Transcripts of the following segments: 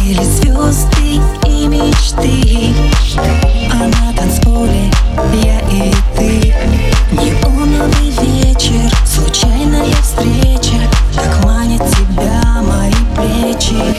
Были звезды и мечты, а на танцполе я и ты. Неоновый вечер, случайная встреча, как манит тебя мои плечи.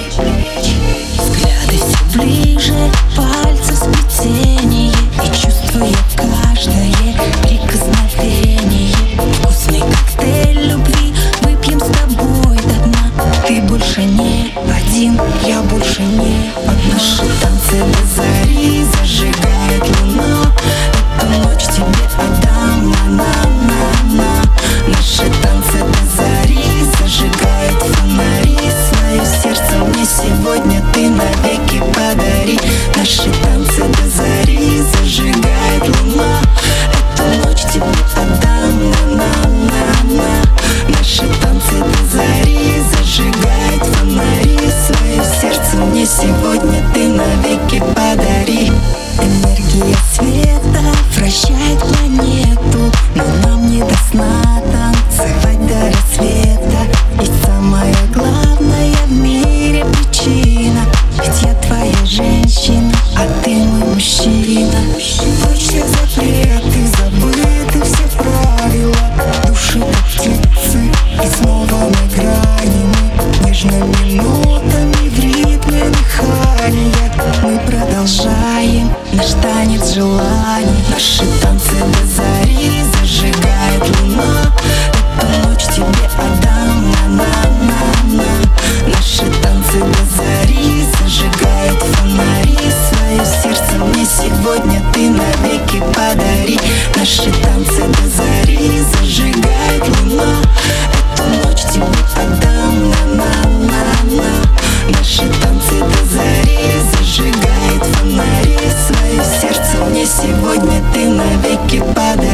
Взгляды все ближе, пальцы сплетение, и чувствую каждое прикосновение. Вкусный коктейль любви выпьем с тобой до дна. Ты больше не один, я больше не одна. Наши танцы до зари зажигает луна. Эту ночь тебе отдам, на-на-на-на. Наши танцы до зари зажигают фонари. Свое сердце мне сегодня ты навеки подари. Наши танцы до зари зажигает луна. Эту ночь тебе отдам, на-на-на-на. Наши танцы до зари зажигают фонари. Свое сердце мне сегодня ты навеки подари. Энергия света вращает планету, но нам не до сна танцевать до рассвета. Ведь самая главная в мире причина, ведь я твоя женщина, а ты мой мужчина. Прочь все запреты, забыты все правила. Души как птицы, и снова на грани мы нежными нотами в ритме дыхания. Мы продолжаем наш танец желаний. Наши танцы до зари зажигает луна. Эту ночь тебе отдам, на-на-на-на. Наши танцы до зари зажигают фонари. Свое сердце мне сегодня ты навеки подари. Наши танцы до зари зажигает луна. Эту ночь тебе отдам, на-на-на-на. Наши танцы до зари зажигает фонари. Свое сердце мне сегодня ты навеки подари.